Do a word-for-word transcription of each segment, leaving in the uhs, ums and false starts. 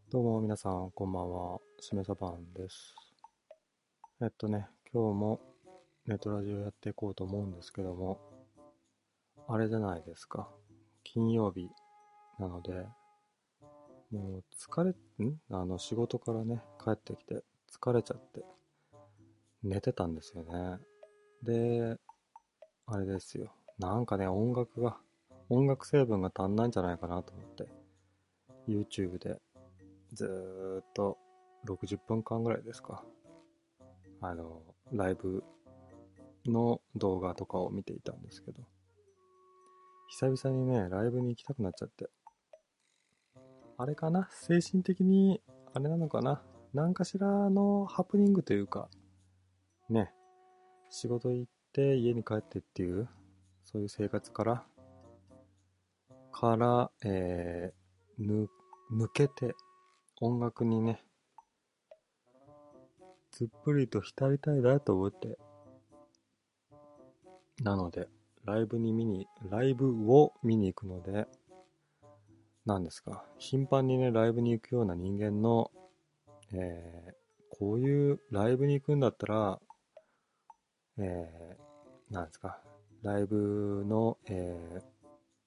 どうも皆さんこんばんは、しめさばんです。えっとね、今日もネットラジオやっていこうと思うんですけども、あれじゃないですか。金曜日なので、もう疲れ、んあの仕事からね、帰ってきて疲れちゃって寝てたんですよね。で、あれですよ。なんかね、音楽が、音楽成分が足んないんじゃないかなと思って、YouTube でずーっとろくじゅっぷんかんぐらいですか。あの、ライブの動画とかを見ていたんですけど、久々にね、ライブに行きたくなっちゃって、あれかな、精神的に、あれなのかな、何かしらのハプニングというか、ね、仕事行って家に帰ってっていう、そういう生活から、から、えー、ぬ、抜けて、音楽にね、ずっぷりと浸りたいなと思って、なので、ライブに見に、ライブを見に行くので、なんですか、頻繁にね、ライブに行くような人間の、えーこういうライブに行くんだったら、えーなんですか、ライブの、えー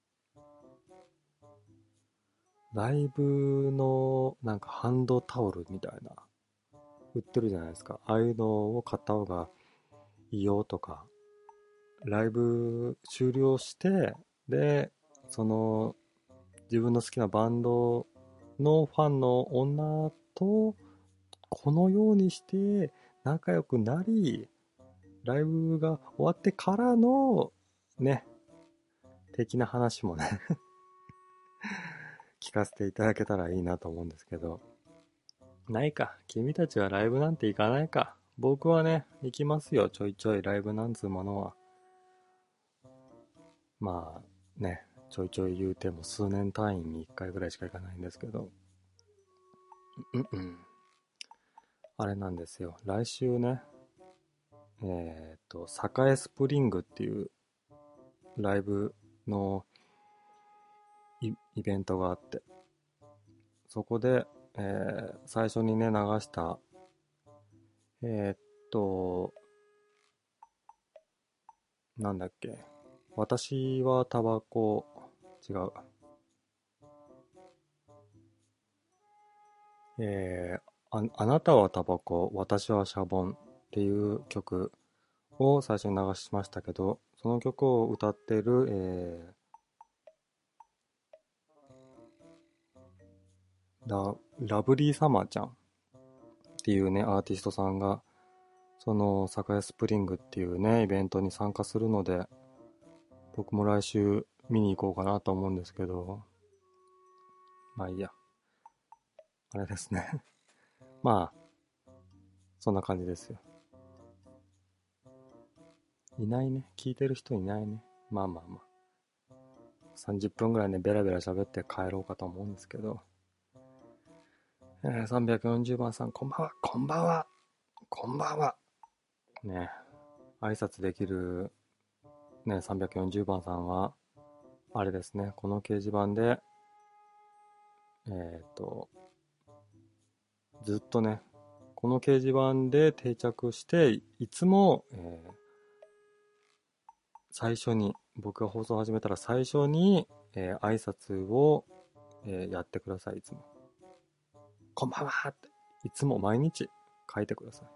ライブのなんかハンドタオルみたいな、売ってるじゃないですか。ああいうのを買った方がいいよとか、ライブ終了して、で、その自分の好きなバンドのファンの女とこのようにして仲良くなり、ライブが終わってからのね、的な話もね聞かせていただけたらいいなと思うんですけど、ないか、君たちはライブなんて行かないか。僕はね、行きますよ、ちょいちょいライブなんつうものは。まあね、ちょいちょい言うても数年単位にいっかいぐらいしか行かないんですけど、うんうん、あれなんですよ、来週ね、えっと栄スプリングっていうライブのイイベントがあって、そこで、えー最初にね流した、えーっとなんだっけ、私はタバコ、違う、えーあ、あなたはタバコ、私はシャボンっていう曲を最初に流しましたけど、その曲を歌ってる、えーラ、ラブリーサマーちゃんっていうね、アーティストさんが、その、栄スプリングっていうね、イベントに参加するので、僕も来週見に行こうかなと思うんですけど、まあいいや、あれですね。まあ、そんな感じですよ。いないね。聞いてる人いないね。まあまあまあ。さんじゅっぷんぐらいね、ベラベラ喋って帰ろうかと思うんですけど。えー、さんびゃくよんじゅうばんさん、こんばんは。こんばんは。こんばんは。ね、挨拶できる、ね、さんびゃくよんじゅうばんさんは、あれですね、この掲示板で、えっと、ずっとね、この掲示板で定着して、いつも、えー最初に、僕が放送を始めたら最初に、えー挨拶を、えーやってください、いつも。こんばんはって、いつも毎日書いてください。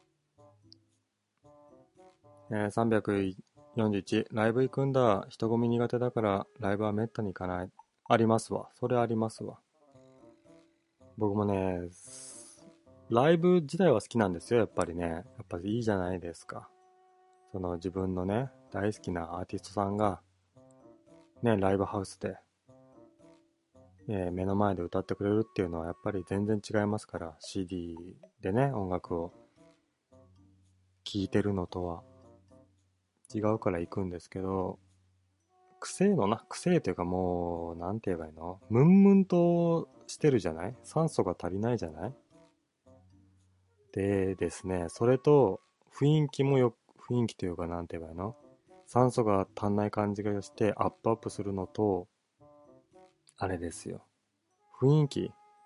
えー、さんびゃくよんじゅういち、ライブ行くんだ。人混み苦手だから、ライブはめったに行かない。ありますわ。それありますわ。僕もね、ライブ自体は好きなんですよ、やっぱりね。やっぱりいいじゃないですか。その自分のね、大好きなアーティストさんが、ね、ライブハウスで、えー目の前で歌ってくれるっていうのはやっぱり全然違いますから、シーディー でね、音楽を聴いてるのとは違うから行くんですけど、癖のな、癖というかもう、なんて言えばいいの、ムンムンとしてるじゃない、酸素が足りないじゃない。でですね、それと、雰囲気もよ、雰囲気というかなんて言えばいいの、酸素が足んない感じがしてアップアップするのと、あれですよ。雰囲気。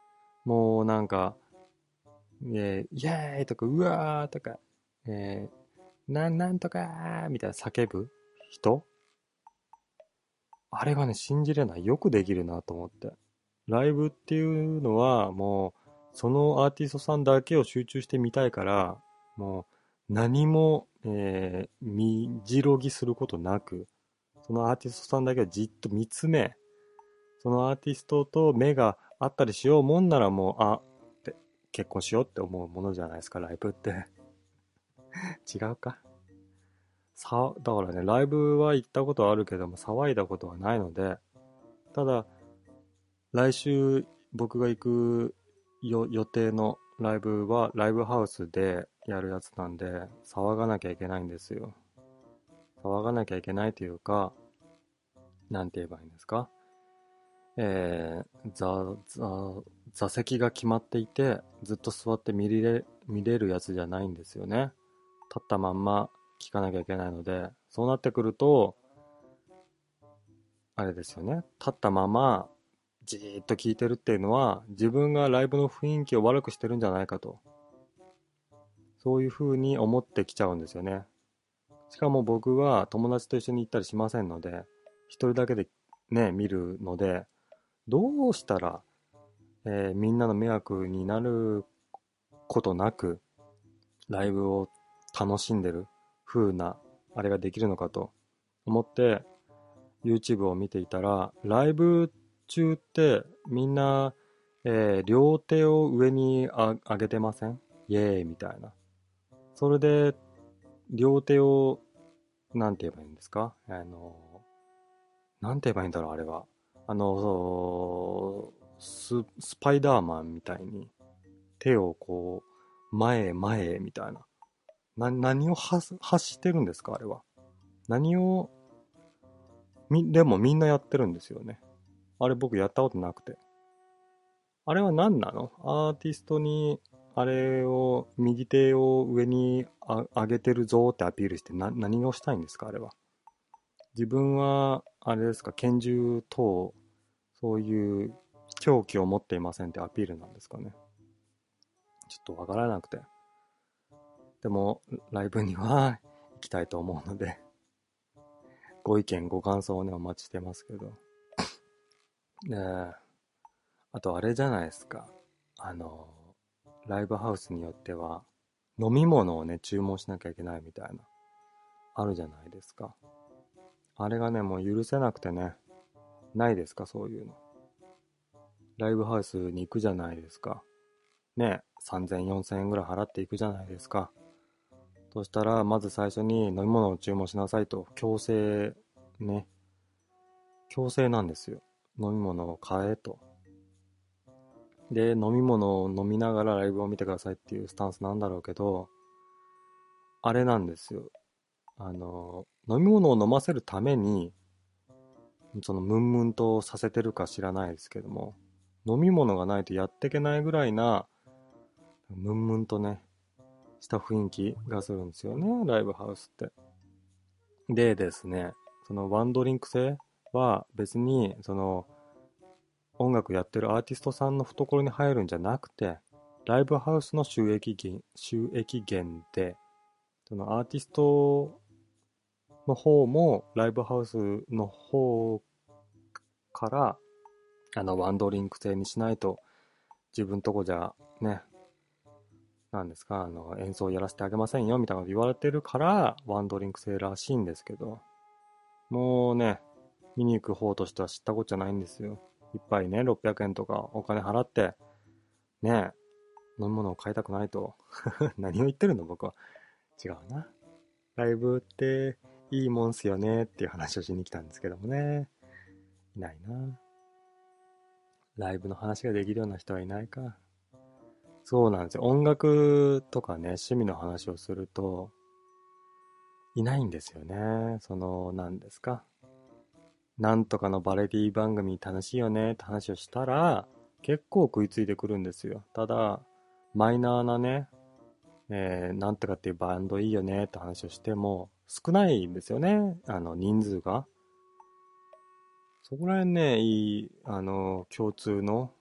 もうなんか、えー、イエーイとか、うわーとか、えー、なんなんとかーみたいな叫ぶ人、あれがね、信じれない。よくできるなと思って。ライブっていうのは、もう、そのアーティストさんだけを集中してみたいから、もう、何も、えー、見白ぎすることなく、そのアーティストさんだけをじっと見つめ、そのアーティストと目があったりしようもんならもう、あ、って結婚しようって思うものじゃないですか、ライブって。違うか。さ、だからね、ライブは行ったことはあるけども、騒いだことはないので、ただ、来週僕が行くよ予定のライブはライブハウスでやるやつなんで、騒がなきゃいけないんですよ。騒がなきゃいけないというか、なんて言えばいいんですか。えー、座、座、座席が決まっていて、ずっと座って見れ、見れるやつじゃないんですよね。立ったまんま聞かなきゃいけないので、そうなってくると、あれですよね。立ったままじーっと聞いてるっていうのは、自分がライブの雰囲気を悪くしてるんじゃないかと。そういう風に思ってきちゃうんですよね。しかも僕は友達と一緒に行ったりしませんので、一人だけでね、見るので、どうしたら、えーみんなの迷惑になることなく、ライブを楽しんでる風な、あれができるのかと思って、YouTube を見ていたら、ライブ中ってみんな、えー両手を上にあ上げてません？イエーイみたいな。それで、両手を、なんて言えばいいんですか？あの、なんて言えばいいんだろう、あれは。あの、ス、スパイダーマンみたいに、手をこう、前へ前へみたいな。な、何を発、発してるんですか、あれは。何を、み、でもみんなやってるんですよね。あれ僕やったことなくて。あれは何なの？アーティストに、あれを、右手を上にあ上げてるぞってアピールして、な、何をしたいんですか、あれは。自分は、あれですか、拳銃等、そういう凶器を持っていませんってアピールなんですかね。ちょっとわからなくて。でも、ライブには行きたいと思うので、ご意見、ご感想をね、お待ちしてますけど。ねえ、あとあれじゃないですか。あの、ライブハウスによっては、飲み物をね、注文しなきゃいけないみたいな、あるじゃないですか。あれがね、もう許せなくてね、ないですか、そういうの。ライブハウスに行くじゃないですか。ね、さんぜん、よんせんえんぐらい払っていくじゃないですか。そしたら、まず最初に飲み物を注文しなさいと、強制、ね、強制なんですよ。飲み物を買えと。で、飲み物を飲みながらライブを見てくださいっていうスタンスなんだろうけど、あれなんですよ。あの、飲み物を飲ませるために、そのムンムンとさせてるか知らないですけども、飲み物がないとやっていけないぐらいな、ムンムンとね、した雰囲気がするんですよね、ライブハウスって。でですね、そのワンドリンク制は別に、その音楽やってるアーティストさんの懐に入るんじゃなくて、ライブハウスの収益源、収益源で、そのアーティストの方もライブハウスの方からあのワンドリンク制にしないと自分とこじゃね、なんですか、あの演奏やらせてあげませんよみたいなこと言われてるからワンドリンク制らしいんですけど、もうね、見に行く方としては知ったことじゃないんですよ。いっぱいね、ろっぴゃくえんとかお金払ってね、飲み物を買いたくないと。何を言ってるの僕は。違うな。ライブっていいもんすよねっていう話をしに来たんですけどもね。いないな。ライブの話ができるような人はいないか。そうなんですよ。音楽とかね、趣味の話をすると、いないんですよね。その、何ですか。なんとかのバラエティ番組楽しいよねって話をしたら、結構食いついてくるんですよ。ただ、マイナーなね、えー、なんとかっていうバンドいいよねって話をしても、少ないんですよね。あの、人数が。そこら辺ね、いい、あの、共通の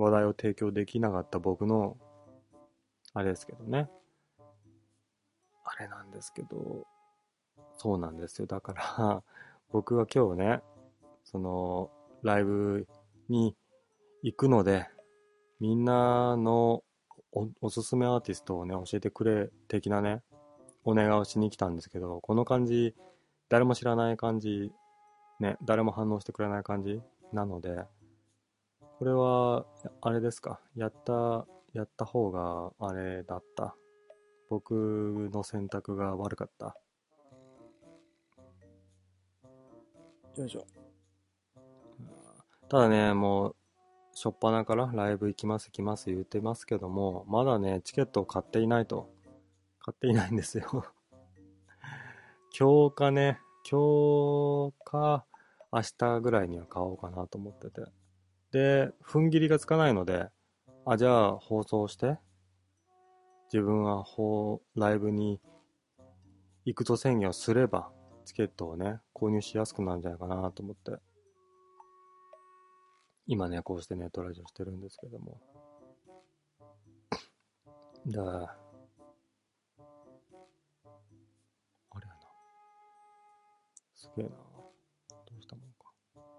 話題を提供できなかった僕のあれですけどね。あれなんですけど、そうなんですよ。だから僕は今日ね、そのライブに行くので、みんなの お, おすすめアーティストをね教えてくれ的なねお願いをしに来たんですけど、この感じ誰も知らない感じね、誰も反応してくれない感じなので、これはあれですか、やったやった方があれだった、僕の選択が悪かった。よいしょ。ただね、もう初っ端からライブ行きます行きます言ってますけども、まだねチケットを買っていないと。買っていないんですよ今日かね、今日か明日ぐらいには買おうかなと思ってて。で、踏ん切りがつかないので、あ、じゃあ放送して、自分はライブに行くと宣言をすれば、チケットをね、購入しやすくなるんじゃないかなと思って、今ね、こうしてネットラジオしてるんですけども。だ、あれやな。すげえな。どうしたもんか。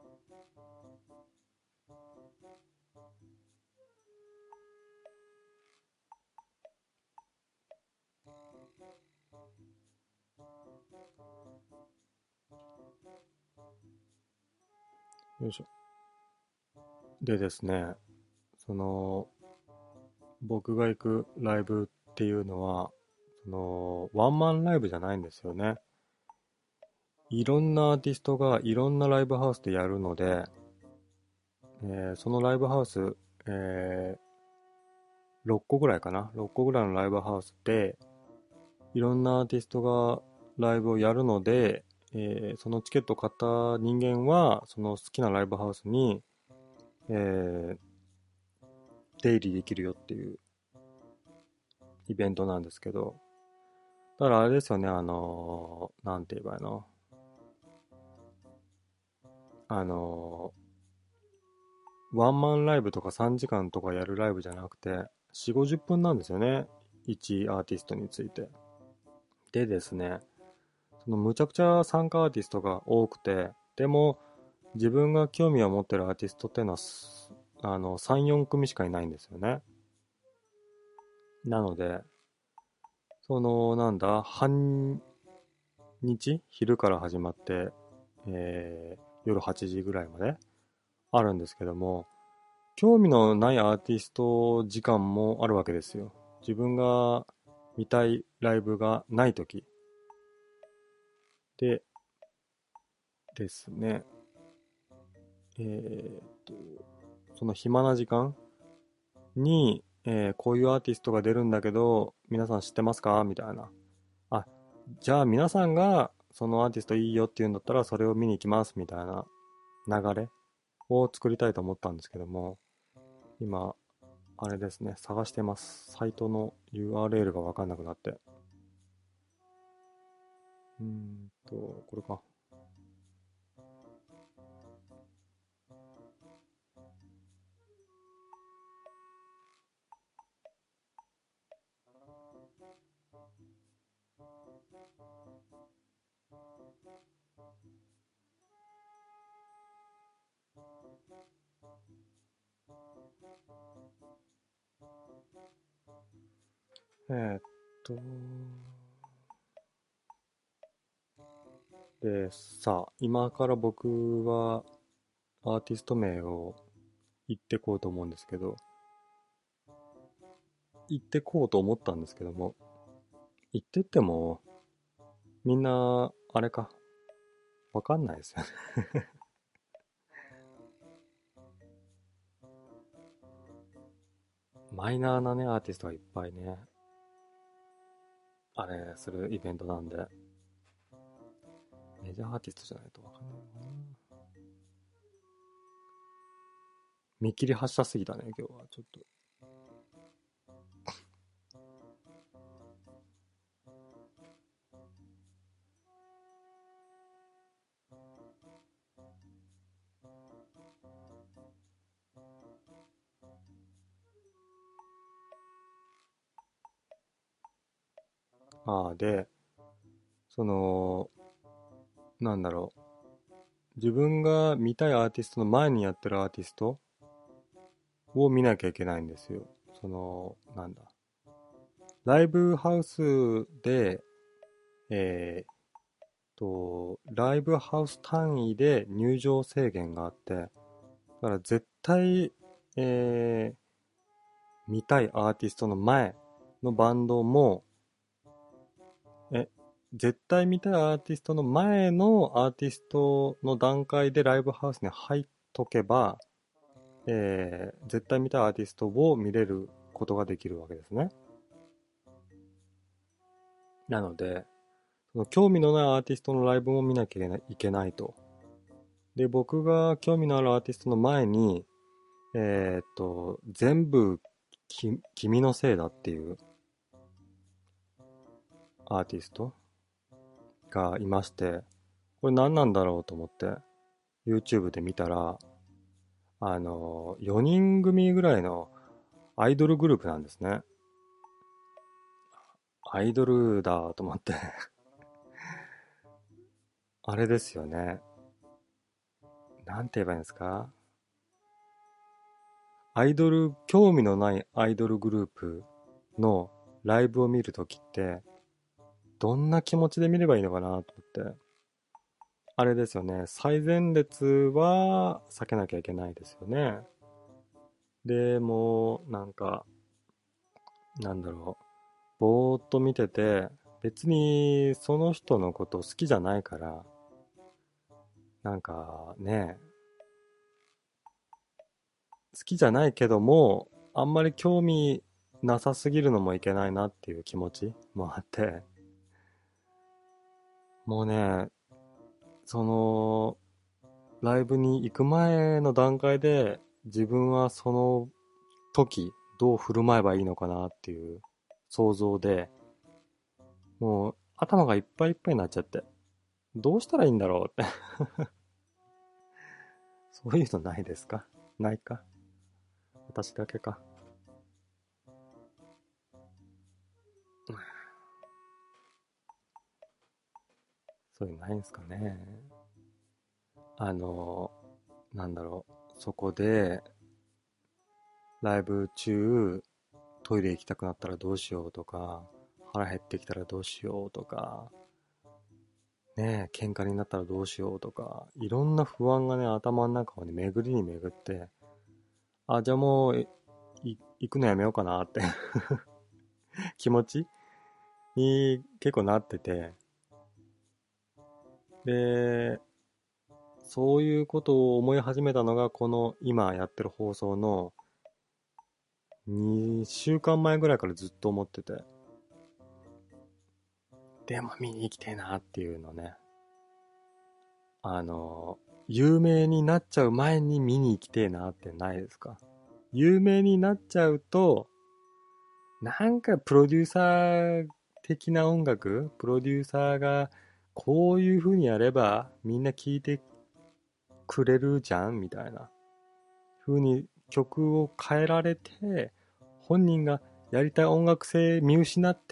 よいしょ。でですね、その、僕が行くライブっていうのは、その、ワンマンライブじゃないんですよね。いろんなアーティストがいろんなライブハウスでやるので、えーそのライブハウス、えーろっこぐらいかな。ろっこぐらいのライブハウスで、いろんなアーティストがライブをやるので、えーそのチケットを買った人間は、その好きなライブハウスに、えー出入りできるよっていうイベントなんですけど、だからあれですよね、あのーなんて言えばいいの、あのーワンマンライブとかさんじかんとかやるライブじゃなくて、よんじゅう、ごじゅっぷんなんですよね。いちアーティストについて。でですね、そのむちゃくちゃ参加アーティストが多くて、でも自分が興味を持ってるアーティストっていうのはあのさん、よん組しかいないんですよね。なので、そのなんだ、半日昼から始まって、えー夜はちじぐらいまであるんですけども、興味のないアーティスト時間もあるわけですよ。自分が見たいライブがないときでですね、えーっと、その暇な時間に、えーこういうアーティストが出るんだけど、皆さん知ってますかみたいな。あ、じゃあ皆さんがそのアーティストいいよって言うんだったらそれを見に行きますみたいな流れを作りたいと思ったんですけども、今、あれですね、探してます。サイトの ユーアールエル がわかんなくなって。うーんと、これか。えーっと、で、さあ、今から僕はアーティスト名を言ってこうと思うんですけど、言ってこうと思ったんですけども、言ってっても、みんな、あれか、わかんないですよね。マイナーなね、アーティストがいっぱいね、あれするイベントなんで、メジャーアーティストじゃないとわかんないのかな。見切り発車すぎたね、今日は。ちょっと。 ああ、で、その、なんだろう。自分が見たいアーティストの前にやってるアーティストを見なきゃいけないんですよ。その、なんだ。ライブハウスで、えーと、ライブハウス単位で入場制限があって、だから絶対、えー見たいアーティストの前のバンドも、え、絶対見たいアーティストの前のアーティストの段階でライブハウスに入っとけば、えー絶対見たいアーティストを見れることができるわけですね。なので、その興味のないアーティストのライブも見なきゃいけない、いけないと。で、僕が興味のあるアーティストの前に、えーっと、全部き、君のせいだっていうアーティストがいまして、これ何なんだろうと思って、YouTube で見たら、あの、よにん組ぐらいのアイドルグループなんですね。アイドルだと思ってあれですよね。なんて言えばいいんですか？アイドル、興味のないアイドルグループのライブを見るときって、どんな気持ちで見ればいいのかなと思って。あれですよね。最前列は避けなきゃいけないですよね。で、もう、なんか、なんだろう。ぼーっと見てて、別にその人のこと好きじゃないから、なんかね、好きじゃないけども、あんまり興味なさすぎるのもいけないなっていう気持ちもあって、もうね、その、ライブに行く前の段階で、自分はその時、どう振る舞えばいいのかなっていう想像で、もう頭がいっぱいいっぱいになっちゃって、どうしたらいいんだろうって。そういうのないですか？ないか？私だけか。そういうのないんですかね。あの、なんだろう。そこで、ライブ中、トイレ行きたくなったらどうしようとか、腹減ってきたらどうしようとか、ねえ、喧嘩になったらどうしようとか、いろんな不安がね、頭の中をね、巡りに巡って、あ、じゃあもう、い行くのやめようかなって気持ちに結構なってて、で、そういうことを思い始めたのが、この今やってる放送のにしゅうかんまえぐらいからずっと思ってて、でも見に行きたいなっていうのね。あの、有名になっちゃう前に見に行きてえなってないですか？有名になっちゃうと、なんかプロデューサー的な音楽、プロデューサーがこういう風にやればみんな聴いてくれるじゃんみたいな風に曲を変えられて、本人がやりたい音楽性見失って、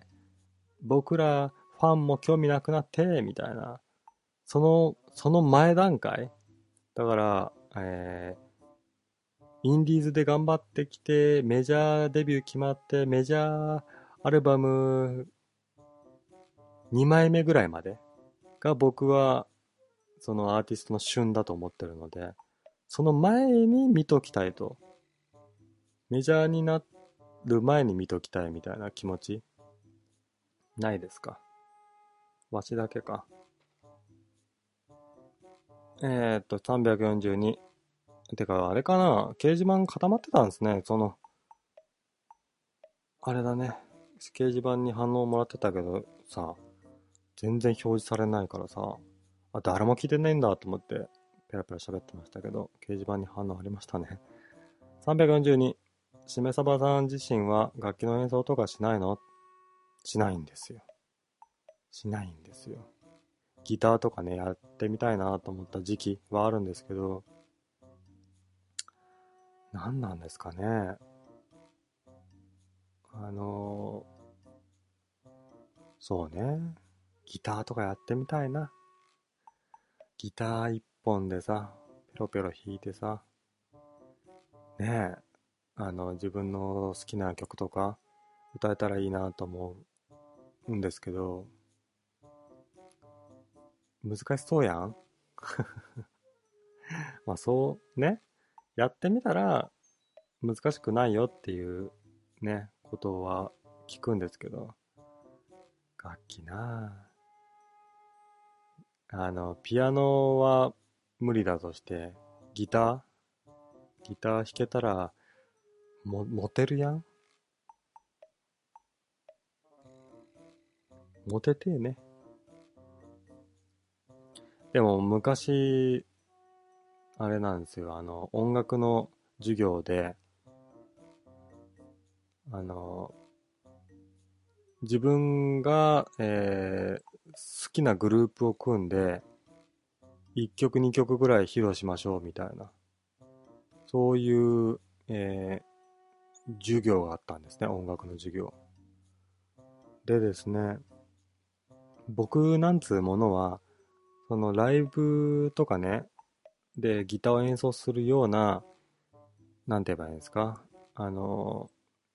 僕らファンも興味なくなって、みたいな。その、その前段階。だから、えー、インディーズで頑張ってきて、メジャーデビュー決まって、メジャーアルバムにまいめぐらいまでが僕は、そのアーティストの旬だと思ってるので、その前に見ときたいと。メジャーになる前に見ときたいみたいな気持ちないですか？わしだけか。えーっと、さんびゃくよんじゅうに。てか、あれかな、掲示板固まってたんですね。その、あれだね。掲示板に反応もらってたけどさ、全然表示されないからさ、あ、誰も聞いてないんだと思って、ペラペラ喋ってましたけど、掲示板に反応ありましたね。さんびゃくよんじゅうに。しめさばさん自身は楽器の演奏とかしないの？しないんですよ。しないんですよ。ギターとかね、やってみたいなと思った時期はあるんですけど、何なんですかね。あのそうね。ギターとかやってみたいな。ギター一本でさ、ペロペロ弾いてさ、ねえ、あの、自分の好きな曲とか歌えたらいいなと思うんですけど、難しそうやん。まあそうね、やってみたら難しくないよっていうね、ことは聞くんですけど、楽器なああの、ピアノは無理だとして、ギターギター弾けたら、も、モテるやん。モテてえね。でも昔、あれなんですよ、あの、音楽の授業で、あの、自分が、えー好きなグループを組んで、いっきょくにきょくぐらい披露しましょうみたいな、そういう、えー授業があったんですね、音楽の授業。でですね、僕なんつうものは、そのライブとかね、でギターを演奏するような、なんて言えばいいんですか、あの、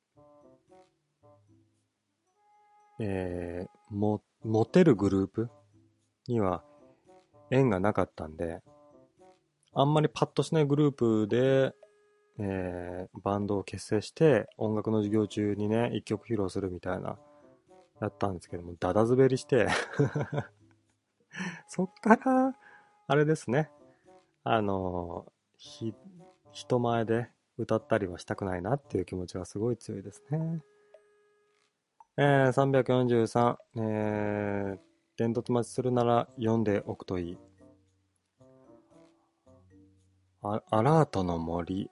えーも、モテるグループには縁がなかったんで、あんまりパッとしないグループで、えーバンドを結成して音楽の授業中にね、一曲披露するみたいな、やったんですけども、ダダ滑りしてそっから、あれですね、あの、ひ、人前で歌ったりはしたくないなっていう気持ちがすごい強いですね。えー、さんびゃくよんじゅうさん、えー、伝突待ちするなら読んでおくといい。あアラートの森、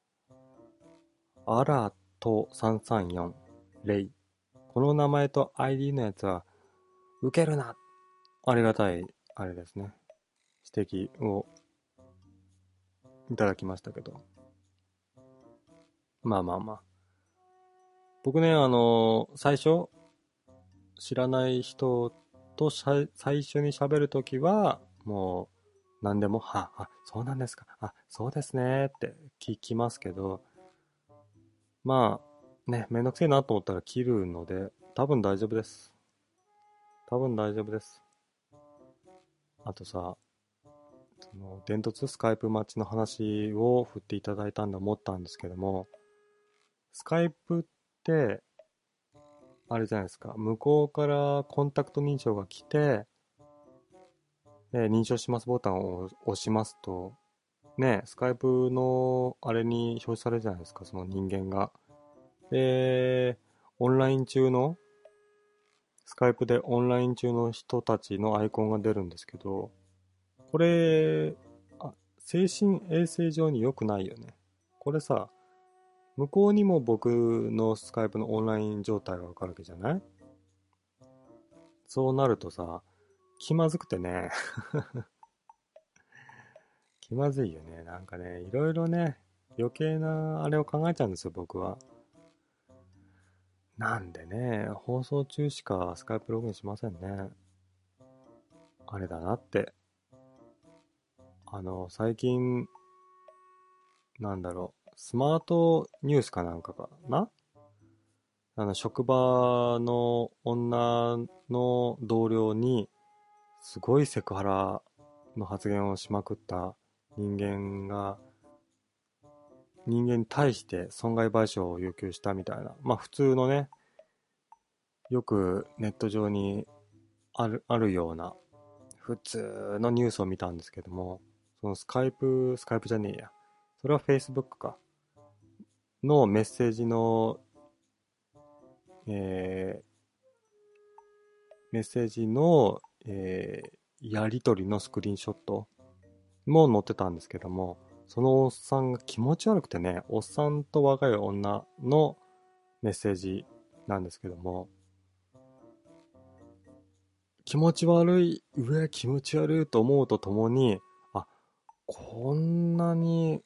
アラートさんさんよん、レイ。この名前と アイディー のやつは、受けるな。ありがたい、あれですね。指摘をいただきましたけど。まあまあまあ。僕ね、あの最初、知らない人と最初に喋るときは、もう、何でも、は、あ、そうなんですか。あ、そうですねって聞きますけど、まあ、ね、めんどくせえなと思ったら切るので、多分大丈夫です。多分大丈夫です。あとさ、その、伝突スカイプ待ちの話を振っていただいたんで思ったんですけども、スカイプって、あれじゃないですか、向こうからコンタクト認証が来て、で認証しますボタンを押しますと、ね、スカイプのあれに表示されるじゃないですか、その人間が。で、オンライン中の、スカイプでオンライン中の人たちのアイコンが出るんですけど、これ、あ、精神衛生上に良くないよね。これさ、向こうにも僕のスカイプのオンライン状態がわかるわけじゃない？そうなるとさ、気まずくてね、気まずいよね。なんかね、いろいろね、余計なあれを考えちゃうんですよ、僕は。なんでね、放送中しかスカイプログインしませんね。あれだなって。あの、最近、なんだろう、スマートニュースかなんかかな、あの、職場の女の同僚に、すごいセクハラの発言をしまくった人間が、人間に対して損害賠償を要求したみたいな。まあ普通のね、よくネット上にある、あるような普通のニュースを見たんですけども、そのスカイプ、スカイプじゃねえや。それは Facebook か。のメッセージの、えー、メッセージの、えー、やり取りのスクリーンショットも載ってたんですけども、そのおっさんが気持ち悪くてね、おっさんと若い女のメッセージなんですけども、気持ち悪い、うわ、気持ち悪いと思うとともに、あ、こんなに、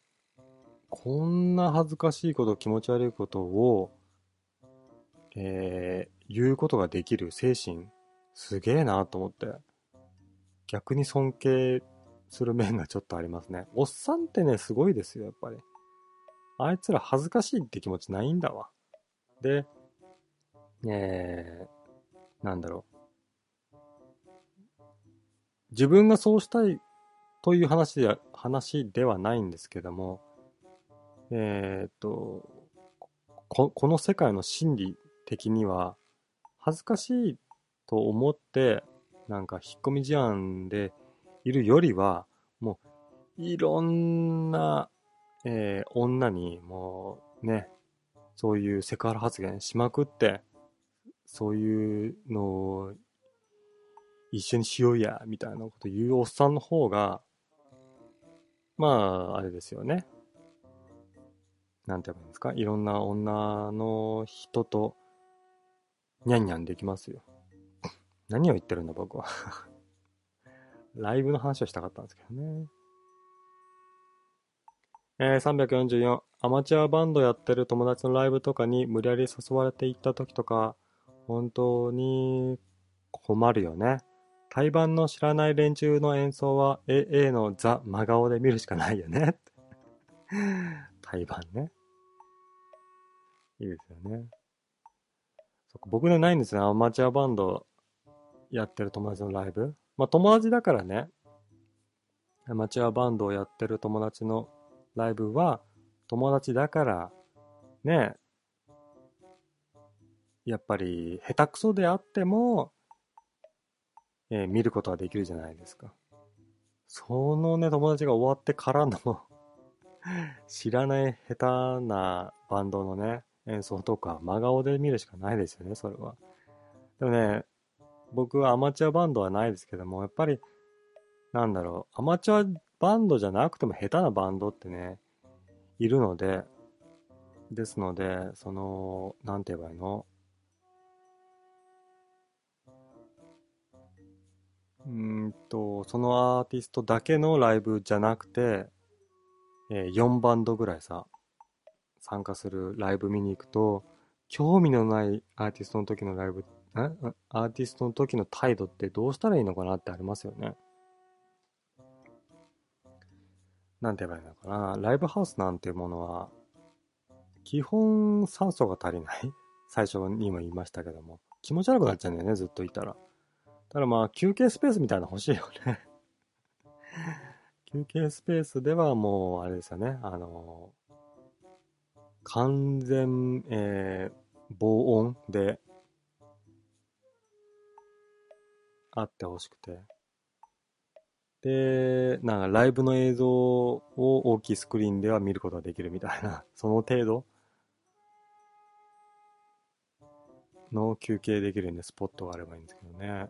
こんな恥ずかしいこと、気持ち悪いことを、えー言うことができる精神、すげえなと思って、逆に尊敬する面がちょっとありますね。おっさんってね、すごいですよ、やっぱり。あいつら恥ずかしいって気持ちないんだわ。で、えー、なんだろう。自分がそうしたいという話では、話ではないんですけども、えーっと、こ、この世界の真理的には、恥ずかしいと思って、なんか引っ込み思案でいるよりは、もう、いろんな、えー女に、もう、ね、そういうセクハラ発言しまくって、そういうのを一緒にしようや、みたいなこと言うおっさんの方が、まあ、あれですよね。なんて言えばいいんですか。いろんな女の人と、にゃんにゃんできますよ。何を言ってるんだ、僕は。ライブの話をしたかったんですけどね。えー、さんびゃくよんじゅうよん、アマチュアバンドやってる友達のライブとかに無理やり誘われて行った時とか、本当に困るよね。対バンの知らない連中の演奏は エーエー のザ・真顔で見るしかないよね。対バンね。いいですよね。そっか僕ね、ないんですね。アマチュアバンドやってる友達のライブ。まあ友達だからね、アマチュアバンドをやってる友達のライブは、友達だから、ね、やっぱり下手くそであっても、えー見ることができるじゃないですか。そのね、友達が終わってからの知らない下手なバンドのね、演奏とか、真顔で見るしかないですよね、それは。でもね、僕はアマチュアバンドはないですけども、やっぱり、なんだろう、アマチュアバンドじゃなくても下手なバンドってね、いるので、ですので、その、なんて言えばいいの、うーんと、そのアーティストだけのライブじゃなくて、えーよんバンドぐらいさ、参加するライブ見に行くと、興味のないアーティストの時のライブ、んアーティストの時の態度ってどうしたらいいのかなってありますよね。なんて言えばいいのかな。ライブハウスなんていうものは、基本酸素が足りない。最初にも言いましたけども。気持ち悪くなっちゃうんだよね、ずっといたら。ただまあ、休憩スペースみたいなの欲しいよね。休憩スペースではもう、あれですよね。あの完全、えー防音であってほしくて。で、なんかライブの映像を大きいスクリーンでは見ることができるみたいな、その程度の休憩できるんでスポットがあればいいんですけどね。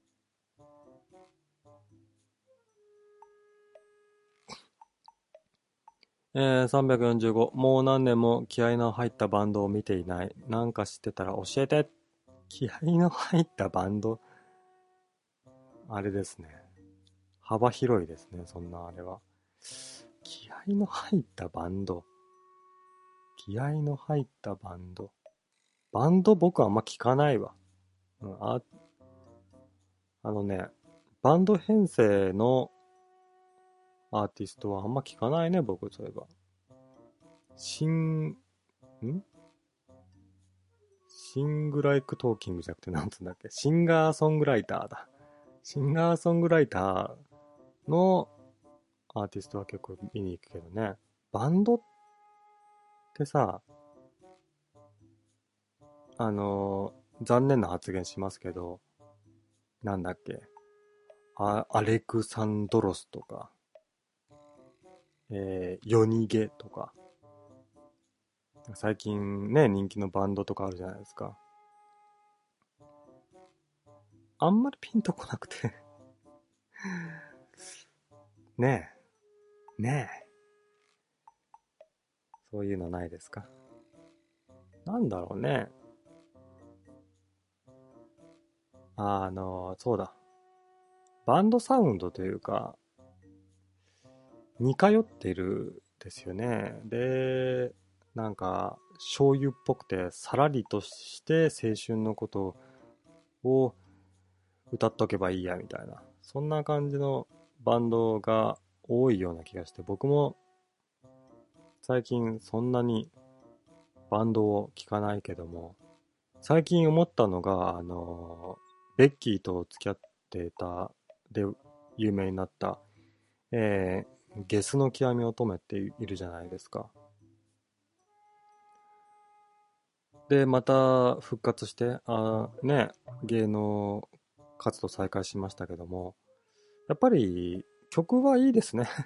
えー、さんびゃくよんじゅうご、もう何年も気合の入ったバンドを見ていない。なんか知ってたら教えて。気合の入ったバンド、あれですね。幅広いですね、そんなあれは。気合の入ったバンド。気合の入ったバンド。バンド僕はあんま聞かないわ。うん、あ、あのね、バンド編成のアーティストはあんま聞かないね、僕、そういえば。シン、んシングライクトーキングじゃなくて、なんつうんだっけ、シンガーソングライターだ。シンガーソングライターのアーティストは結構見に行くけどね。バンドってさ、あのー残念な発言しますけど、なんだっけ、あ、アレクサンドロスとか、えー、夜逃げとか、最近ね、人気のバンドとかあるじゃないですか。あんまりピンとこなくてねえ、ねえ、そういうのないですか？なんだろうね。あの、そうだ。バンドサウンドというか、似通ってるですよね。で、なんか、醤油っぽくて、さらりとして青春のことをを歌っとけばいいやみたいな、そんな感じのバンドが多いような気がして、僕も最近そんなにバンドを聴かないけども、最近思ったのが、あのベッキーと付き合ってたで有名になった、えー、ゲスの極み乙女っているじゃないですか。でまた復活してあね芸能活動再開しましたけども、やっぱり曲はいいですね。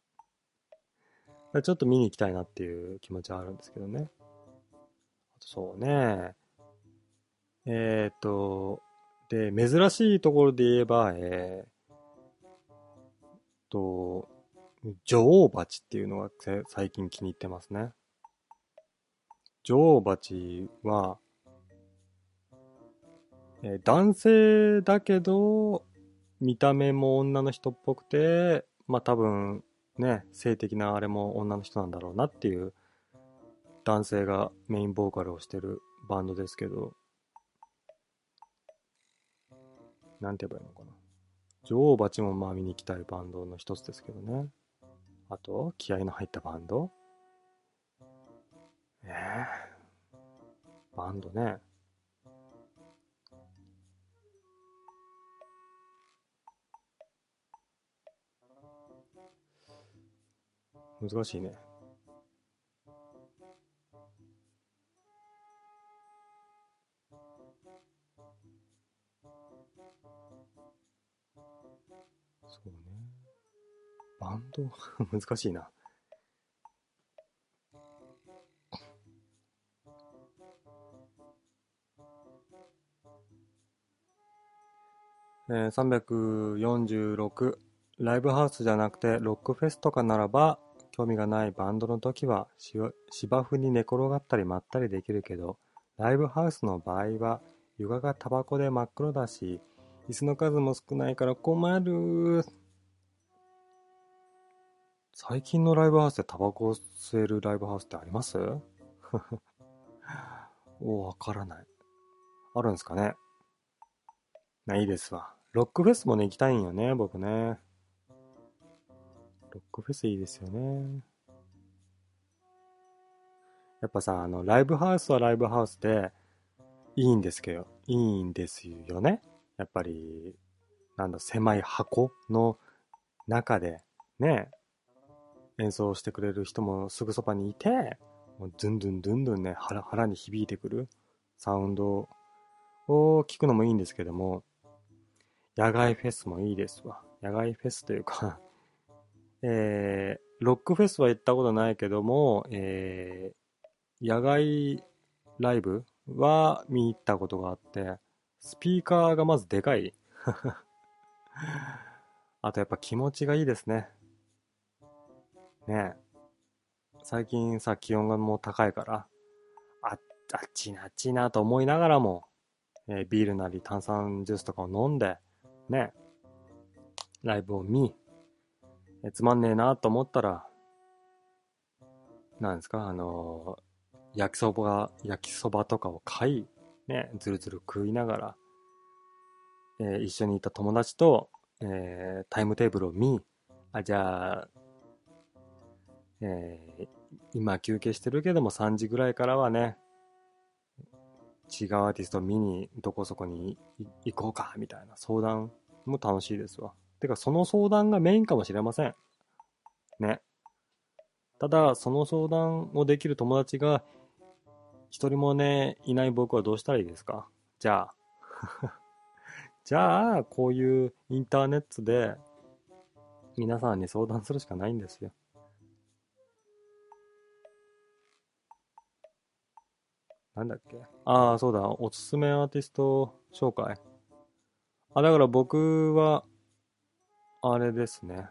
ちょっと見に行きたいなっていう気持ちはあるんですけどね。あとそうね、えーっとで珍しいところで言えば、えーっと女王蜂っていうのが最近気に入ってますね。女王蜂は、えー男性だけど見た目も女の人っぽくて、まあ多分ね、性的なあれも女の人なんだろうなっていう男性がメインボーカルをしてるバンドですけど、なんて言えばいいのかな。女王蜂もまあ見に行きたいバンドの一つですけどね。あと、気合の入ったバンドえー、バンドね。難しいね。そうね。バンド難しいな。えー、さんびゃくよんじゅうろく、ライブハウスじゃなくてロックフェスとかならば興味がないバンドの時は芝生に寝転がったりまったりできるけど、ライブハウスの場合は床がタバコで真っ黒だし椅子の数も少ないから困る。最近のライブハウスでタバコを吸えるライブハウスってあります？おわからない。あるんですかね。ないいですわ。ロックフェスもね行きたいんよね僕ね。ロックフェスいいですよね。やっぱさ、あの、ライブハウスはライブハウスでいいんですけど、いいんですよね。やっぱり、なんだ、狭い箱の中で、ね、演奏してくれる人もすぐそばにいて、もうドゥンドゥンドゥンドゥンね、腹、腹に響いてくるサウンドを聞くのもいいんですけども、野外フェスもいいですわ。野外フェスというかえー、ロックフェスは行ったことないけども、えー、野外ライブは見に行ったことがあって、スピーカーがまずでかい。あとやっぱ気持ちがいいですね。ねえ。最近さ、気温がもう高いから、あ、あっちなあっちなと思いながらも、えービールなり炭酸ジュースとかを飲んで、ね、ライブを見、えーつまんねえなと思ったら、なんですか、あのー焼きそば、焼きそばとかを買い、ね、ずるずる食いながら、えー一緒にいた友達と、えータイムテーブルを見、あ、じゃあ、えー今休憩してるけどもさんじぐらいからはね、違うアーティストを見にどこそこに行こうか、みたいな相談も楽しいですわ。てか、その相談がメインかもしれません。ね。ただ、その相談をできる友達が一人もね、いない僕はどうしたらいいですか？じゃあ、じゃあ、こういうインターネットで皆さんに相談するしかないんですよ。なんだっけ、ああ、そうだ、おすすめアーティスト紹介。あ、だから僕は、あれですね。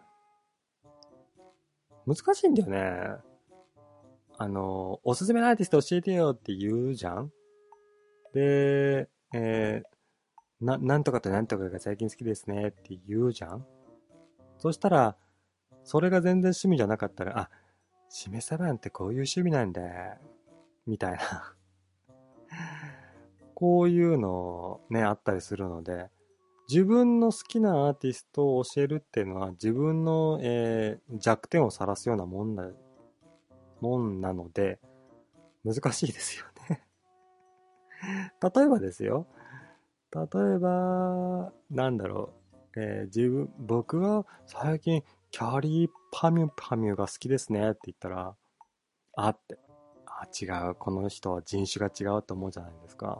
難しいんだよね。あの、おすすめのアーティスト教えてよって言うじゃん。で、えーな、なんとかとなんとかが最近好きですねって言うじゃん。そしたら、それが全然趣味じゃなかったら、あ、しめさばんってこういう趣味なんだ、みたいな。 こういうのね、あったりするので、自分の好きなアーティストを教えるっていうのは自分の、えー弱点を晒すようなもんな、もんなので、難しいですよね。例えばですよ。例えば、なんだろう。えー自分、僕は最近、キャリーパミュパミュが好きですねって言ったら、あって、あ、違う。この人は人種が違うと思うじゃないですか。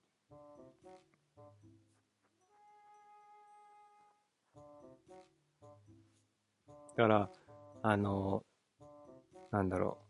だから、あの、なんだろ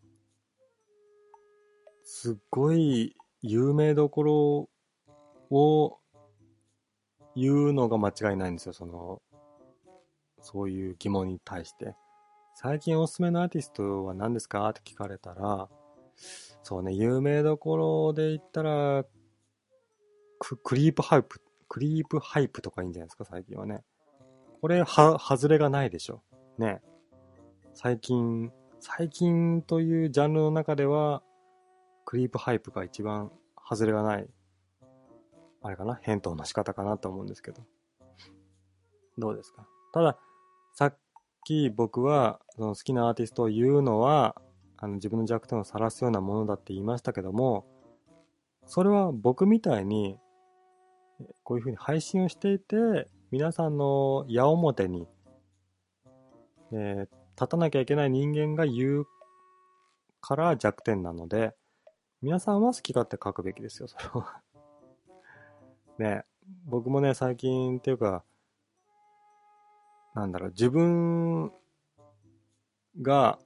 う。すっごい有名どころを言うのが間違いないんですよ。その、そういう疑問に対して。最近おすすめのアーティストは何ですかって聞かれたら、そうね、有名どころで言ったら、ク、クリープハイプ、クリープハイプとかいいんじゃないですか、最近はね。これ、は、外れがないでしょ。ね。最近、最近というジャンルの中では、クリープハイプが一番外れがない、あれかな、返答の仕方かなと思うんですけど。どうですか。ただ、さっき僕は、その好きなアーティストを言うのは、あの自分の弱点を晒すようなものだって言いましたけども、それは僕みたいに、こういうふうに配信をしていて、皆さんの矢面に、えー立たなきゃいけない人間が言うから弱点なので、皆さんは好き勝手書くべきですよ、それは。ね、僕もね、最近っていうか、なんだろう、自分が、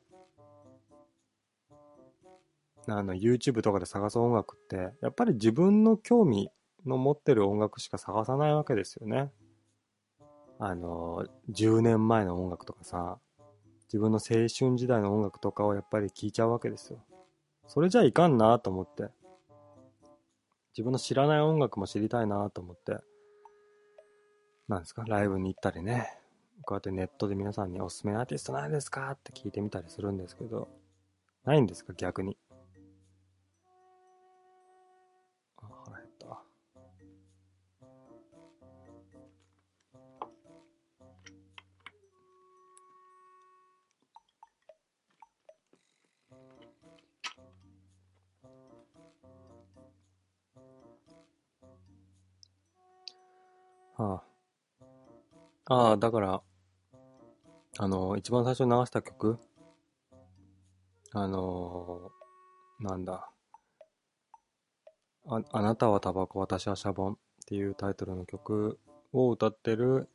あの、YouTube とかで探す音楽って、やっぱり自分の興味の持ってる音楽しか探さないわけですよね。あの、じゅうねんまえの音楽とかさ、自分の青春時代の音楽とかをやっぱり聴いちゃうわけですよ。それじゃいかんなと思って、自分の知らない音楽も知りたいなと思って、なんですか、ライブに行ったりね、こうやってネットで皆さんにおすすめアーティストないですかって聞いてみたりするんですけど、ないんですか逆に。あ、腹減った。はあ、ああ、だから、あの、一番最初に流した曲、あのーなんだ、あ、あなたはタバコ、私はシャボンっていうタイトルの曲を歌ってる、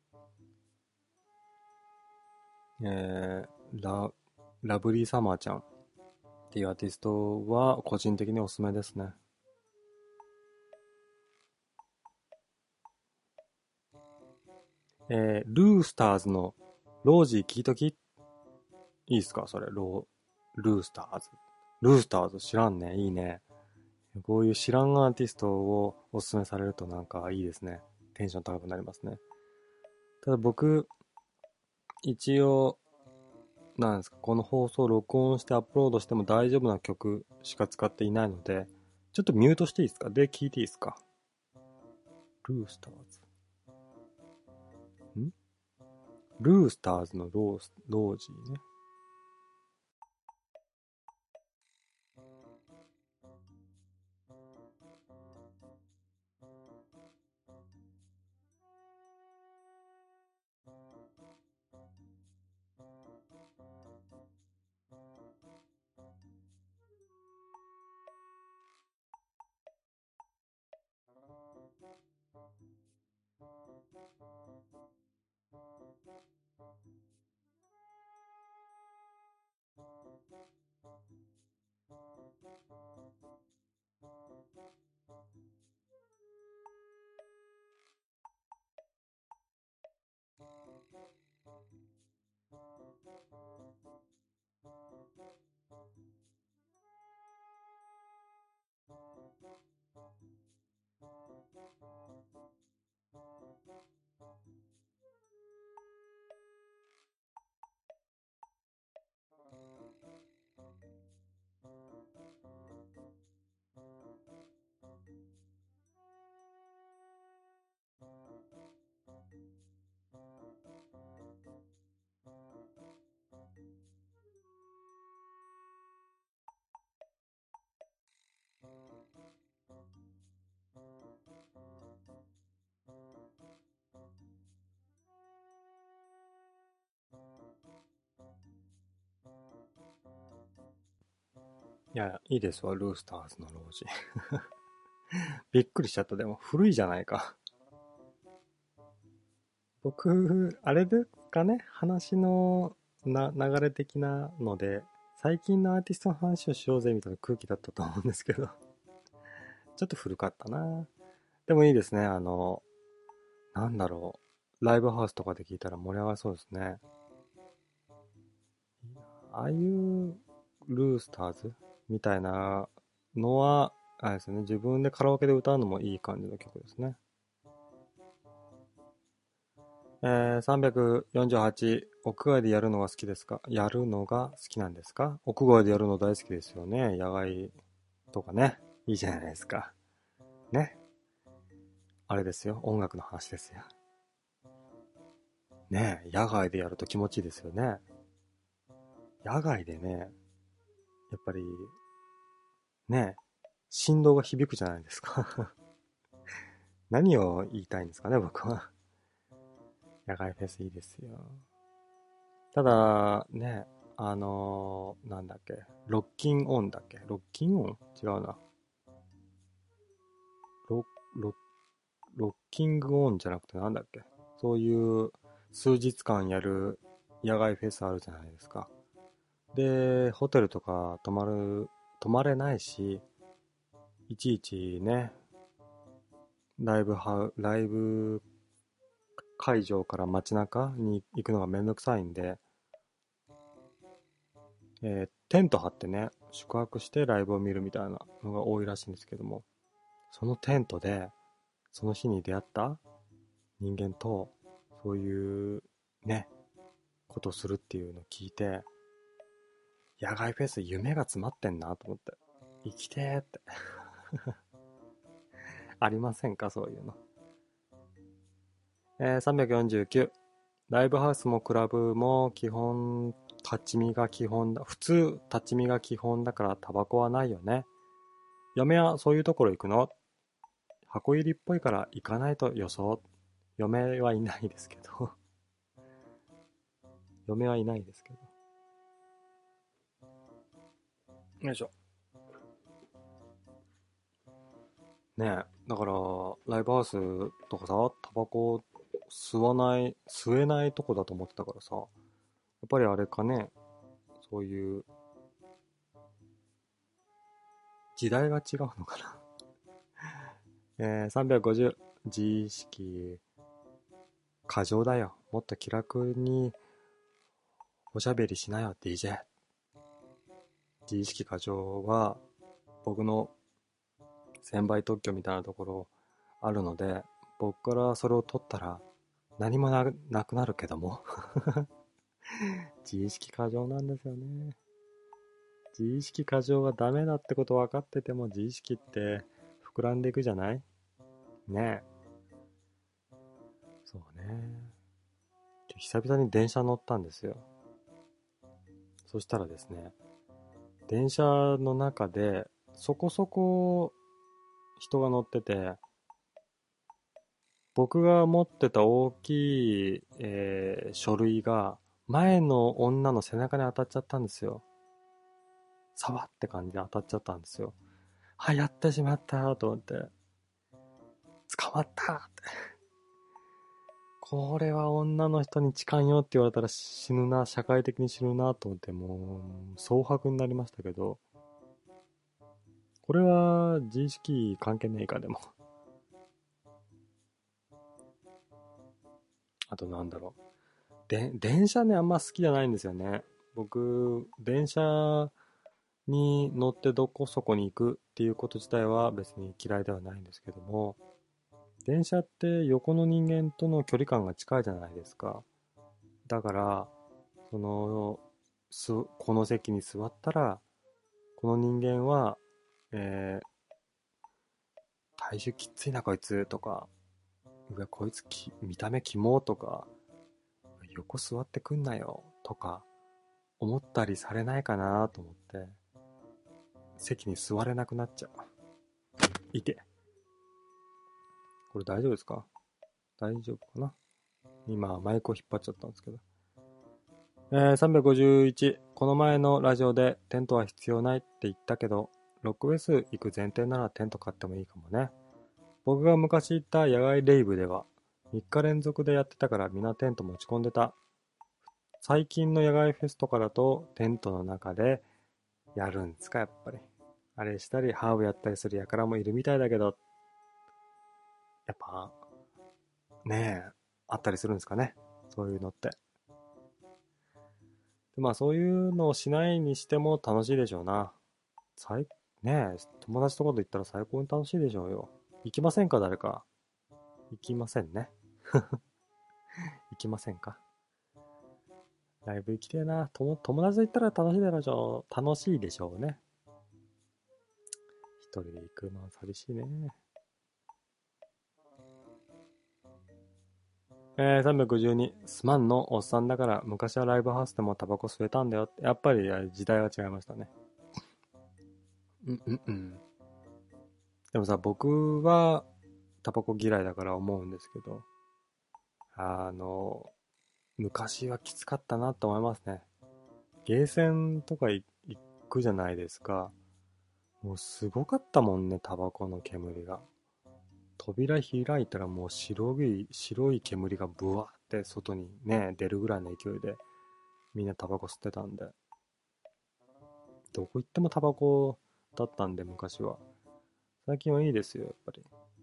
えー、ラ、ラブリーサマーちゃんっていうアーティストは個人的におすすめですね。えー、ルースターズのロージー聞いとき、いいですかそれ、ロー、ルースターズ。ルースターズ知らんね。いいね。こういう知らんアーティストをおすすめされるとなんかいいですね。テンション高くなりますね。ただ僕、一応、なんですか、この放送を録音してアップロードしても大丈夫な曲しか使っていないので、ちょっとミュートしていいですかで、聞いていいですか。ルースターズ。んルースターズのロース、ロージーね。 いや、いいですわ、ルースターズの老人。びっくりしちゃった。でも、古いじゃないか。僕、あれですかね、話のな流れ的なので、最近のアーティストの話をしようぜみたいな空気だったと思うんですけど、ちょっと古かったな。でもいいですね、あの、なんだろう、ライブハウスとかで聞いたら盛り上がりそうですね。ああいうルースターズみたいなのは、あれですね、自分でカラオケで歌うのもいい感じの曲ですね。えー、さんびゃくよんじゅうはち、屋外でやるのが好きですか？やるのが好きなんですか？屋外でやるの大好きですよね。野外とかね。いいじゃないですか。ね。あれですよ。音楽の話ですよ。ねえ、野外でやると気持ちいいですよね。野外でね、やっぱり、ね、振動が響くじゃないですか。何を言いたいんですかね、僕は。野外フェスいいですよ。ただ、ね、あのーなんだっけ、ロッキンオンだっけ、ロッキンオン違うな。ロ、ロ、ロッキングオンじゃなくてなんだっけ、そういう数日間やる野外フェスあるじゃないですか。で、ホテルとか泊まる、泊まれないし、いちいちね、ライブハウ、ライブ会場から街中に行くのがめんどくさいんで、えーテント張ってね、宿泊してライブを見るみたいなのが多いらしいんですけども、そのテントで、その日に出会った人間と、そういうね、ことをするっていうのを聞いて、野外フェス夢が詰まってんなと思って。生きてーって。ありませんかそういうの。えー、さんびゃくよんじゅうきゅう。ライブハウスもクラブも基本、立ち見が基本だ。普通、立ち見が基本だからタバコはないよね。嫁はそういうところ行くの？箱入りっぽいから行かないと予想。嫁はいないですけど。嫁はいないですけど。よいしょ。ねえ。だから、ライブハウスとかさ、タバコ吸わない、吸えないとこだと思ってたからさ、やっぱりあれかね、そういう時代が違うのかな。えー、さんびゃくごじゅう。自意識過剰だよ。もっと気楽におしゃべりしなよ、ディージェー。自意識過剰は僕の専売特許みたいなところあるので、僕からそれを取ったら何も な, なくなるけども。自意識過剰なんですよね。自意識過剰がダメだってこと分かってても、自意識って膨らんでいくじゃないね。え。そうね。久々に電車乗ったんですよ。そしたらですね、電車の中でそこそこ人が乗ってて、僕が持ってた大きい、えー書類が前の女の背中に当たっちゃったんですよ。触って感じで当たっちゃったんですよ。はやってしまったと思って、捕まったって。これは女の人に痴漢よって言われたら死ぬな、社会的に死ぬなと思って、もう蒼白になりましたけど、これは自意識関係ねえか。でもあとなんだろう、で電車ね、あんま好きじゃないんですよね。僕電車に乗ってどこそこに行くっていうこと自体は別に嫌いではないんですけども、電車って横の人間との距離感が近いじゃないですか。だからそのすこの席に座ったら、この人間は、えー体重きついなこいつとか、うわこいつき見た目キモとか、横座ってくんなよとか思ったりされないかなと思って席に座れなくなっちゃう。いて、これ大丈夫ですか？大丈夫かな。今マイクを引っ張っちゃったんですけど、えー、さんびゃくごじゅういち。 この前のラジオでテントは必要ないって言ったけど、ロックフェス行く前提ならテント買ってもいいかもね。僕が昔行った野外レイブではみっか連続でやってたからみんなテント持ち込んでた。最近の野外フェスとかだとテントの中でやるんですか、やっぱり。あれしたりハーブやったりする輩もいるみたいだけど、やっぱねえ、あったりするんですかね、そういうのって。でまあそういうのをしないにしても楽しいでしょうな。最ねえ、友達とかと行ったら最高に楽しいでしょうよ。行きませんか、誰か。行きませんね。行きませんか。ライブ行きてえな。友友達と行ったら楽しいでしょう。楽しいでしょうね。一人で行くのは寂しいね。えー、さんびゃくごじゅうに、すまんのおっさんだから昔はライブハウスでもタバコ吸えたんだよって。やっぱり時代は違いましたね。うんうんうん。でもさ、僕はタバコ嫌いだから思うんですけど、あの、昔はきつかったなと思いますね。ゲーセンとか行くじゃないですか。もうすごかったもんね、タバコの煙が。扉開いたらもう白い、白い煙がブワーって外にね、出るぐらいの勢いでみんなタバコ吸ってたんで。どこ行ってもタバコだったんで、昔は。最近はいいですよ、やっぱり。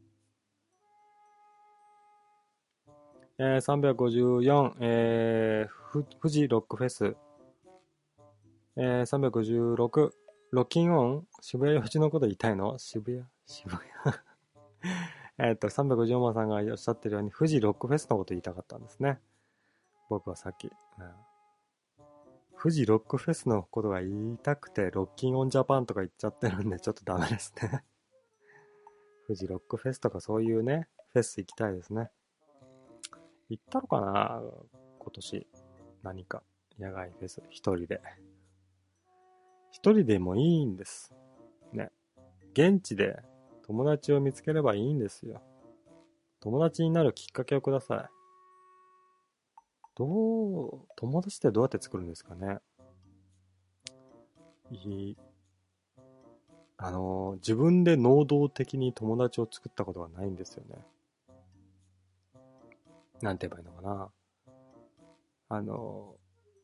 えー、さんびゃくごじゅうよん、えー、ふ富士ロックフェス。えー、さんびゃくごじゅうろく、ロッキンオン渋谷吉のこと言いたいの、渋谷渋谷えっと、さんびゃくごじゅうよん番さんがおっしゃってるように、富士ロックフェスのこと言いたかったんですね。僕はさっき。うん、富士ロックフェスのことが言いたくて、ロッキンオンジャパンとか言っちゃってるんで、ちょっとダメですね。富士ロックフェスとかそういうね、フェス行きたいですね。行ったのかな今年。何か。野外フェス。一人で。一人でもいいんです。ね。現地で友達を見つければいいんですよ。友達になるきっかけをください。どう、友達ってどうやって作るんですかね。いい、あのー、自分で能動的に友達を作ったことがないんですよね。なんて言えばいいのかな。あの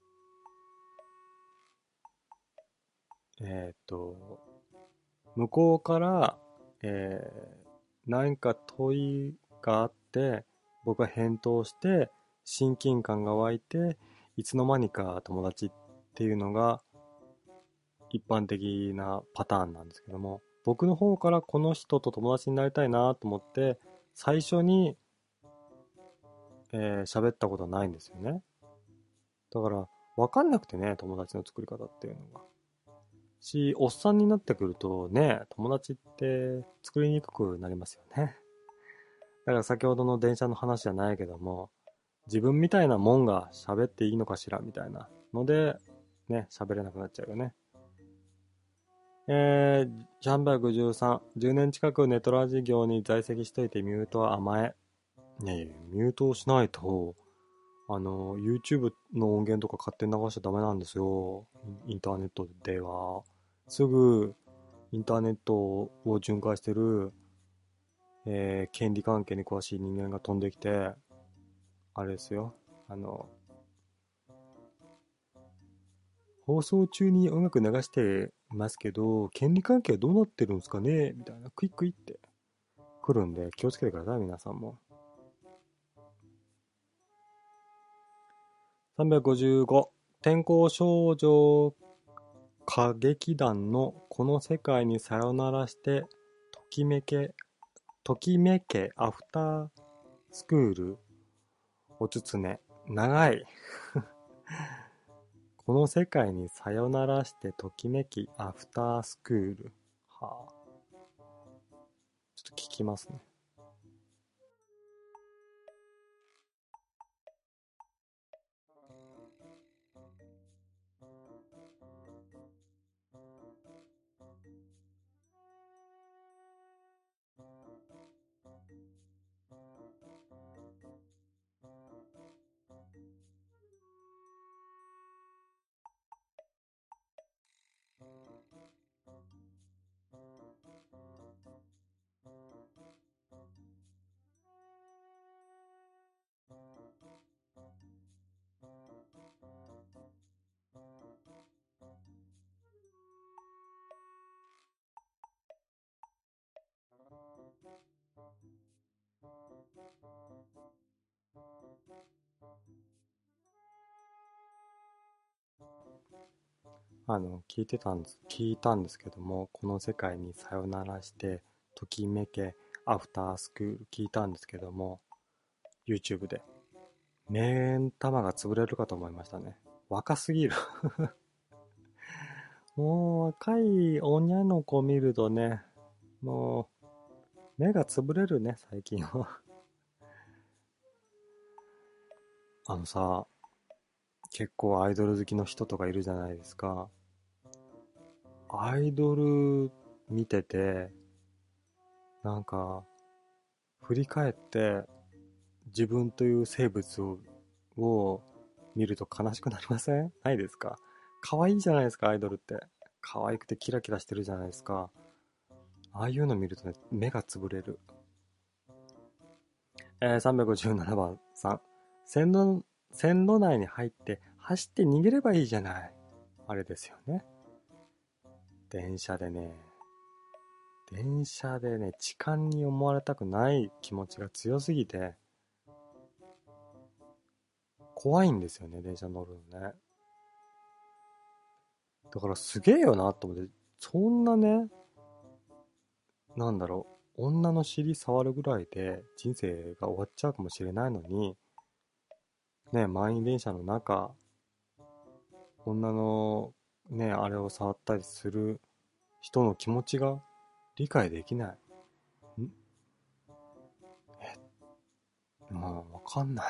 ー、えーっと、向こうから、えー、何か問いがあって、僕が返答して、親近感が湧いて、いつの間にか友達っていうのが一般的なパターンなんですけども、僕の方からこの人と友達になりたいなと思って、最初にえー喋ったことはないんですよね。だから、わかんなくてね、友達の作り方っていうのが。し、おっさんになってくるとね、友達って作りにくくなりますよね。だから先ほどの電車の話じゃないけども、自分みたいなもんが喋っていいのかしらみたいなので、ね、喋れなくなっちゃうよね。えー、さんびゃくごじゅうさん、じゅうねん近くネトラ事業に在籍しといてミュートは甘え。ねえ、ミュートをしないと、あの、YouTube の音源とか勝手に流しちゃダメなんですよ。インターネットでは。すぐ、インターネットを巡回してる、えー権利関係に詳しい人間が飛んできて、あれですよ。あの、放送中に音楽流してますけど、権利関係はどうなってるんですかねみたいな、クイックイって来るんで、気をつけてください、皆さんも。さんびゃくごじゅうご、天候少女歌劇団のこの世界にさよならして、ときめけ、ときめけアフタースクール、おつつね。長い。この世界にさよならしてときめきアフタースクール。はあ。ちょっと聞きますね。 あの、聞いてたんです、聞いたんですけども、この世界にさよならして、ときめけ、アフタースクール聞いたんですけども、YouTube で。目ん玉が潰れるかと思いましたね。若すぎる。もう若い女の子見るとね、もう目が潰れるね、最近は。あのさ、結構アイドル好きの人とかいるじゃないですか。アイドル見てて、なんか、振り返って自分という生物を、を見ると悲しくなりません？ないですか？可愛いじゃないですか、アイドルって。可愛くてキラキラしてるじゃないですか。ああいうの見るとね、目が潰れる。えー、さんびゃくごじゅうななばんさん。線路、線路内に入って走って逃げればいいじゃない。あれですよね。電車でね、電車でね、痴漢に思われたくない気持ちが強すぎて、怖いんですよね、電車乗るのね。だからすげえよなと思って、そんなね、なんだろう、女の尻触るぐらいで人生が終わっちゃうかもしれないのに、ね、満員電車の中、女のね、あれを触ったりする人の気持ちが理解できない。んえ、まあ、わかんない。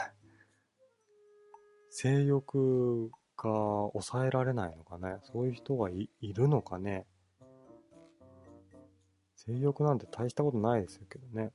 性欲が抑えられないのかね。そういう人が い, いるのかね。性欲なんて大したことないですけどね。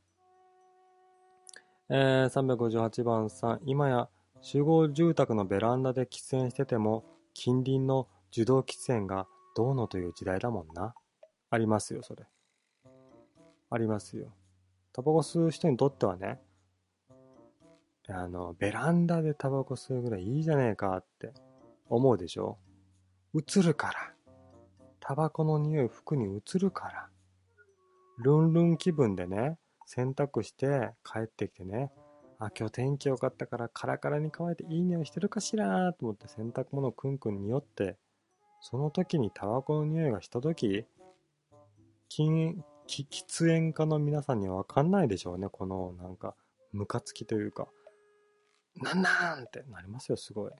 えー、さんびゃくごじゅうはちばんさん。今や集合住宅のベランダで喫煙してても、近隣の受動喫煙がどうのという時代だもんな。ありますよ、それ。ありますよ。タバコ吸う人にとってはね、あの、ベランダでタバコ吸うぐらいいいじゃねえかって思うでしょ？映るから。タバコの匂い服に移るから。ルンルン気分でね、洗濯して帰ってきてね、あ、今日天気良かったからカラカラに乾いていい匂いしてるかしらと思って洗濯物をクンクン匂って、その時にタバコの匂いがした時、禁喫煙家の皆さんには分かんないでしょうね。このなんかムカつきというか、なんなんってなりますよ、すごい。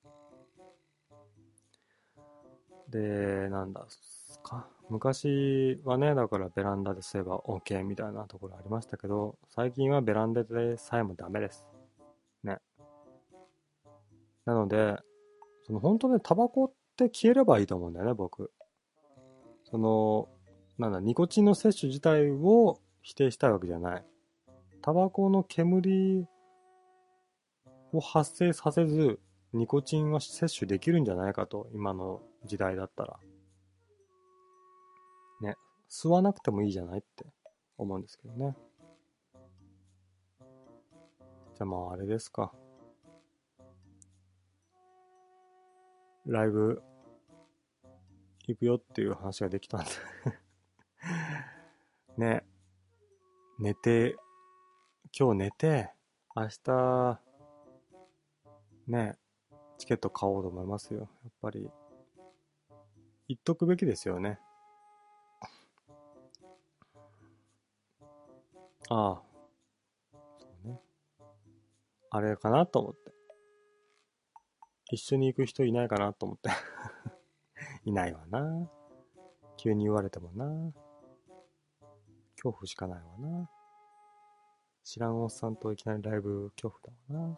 で、なんだすか。昔はね、だからベランダで吸えば OK みたいなところありましたけど、最近はベランダでさえもダメです。ね。なので、その本当ね、タバコって消えればいいと思うんだよね、僕。その、なんだ、ニコチンの摂取自体を否定したいわけじゃない。タバコの煙を発生させず、ニコチンは摂取できるんじゃないかと、今の時代だったら。ね。吸わなくてもいいじゃないって思うんですけどね。じゃあまああれですか。ライブ行くよっていう話ができたんでね。寝て、今日寝て、明日、ね、チケット買おうと思いますよ。やっぱり、行っとくべきですよね。ああ、そうね。あれかなと思って。一緒に行く人いないかなと思っていないわな。急に言われてもな。恐怖しかないわな。知らんおっさんといきなりライブ恐怖だわな。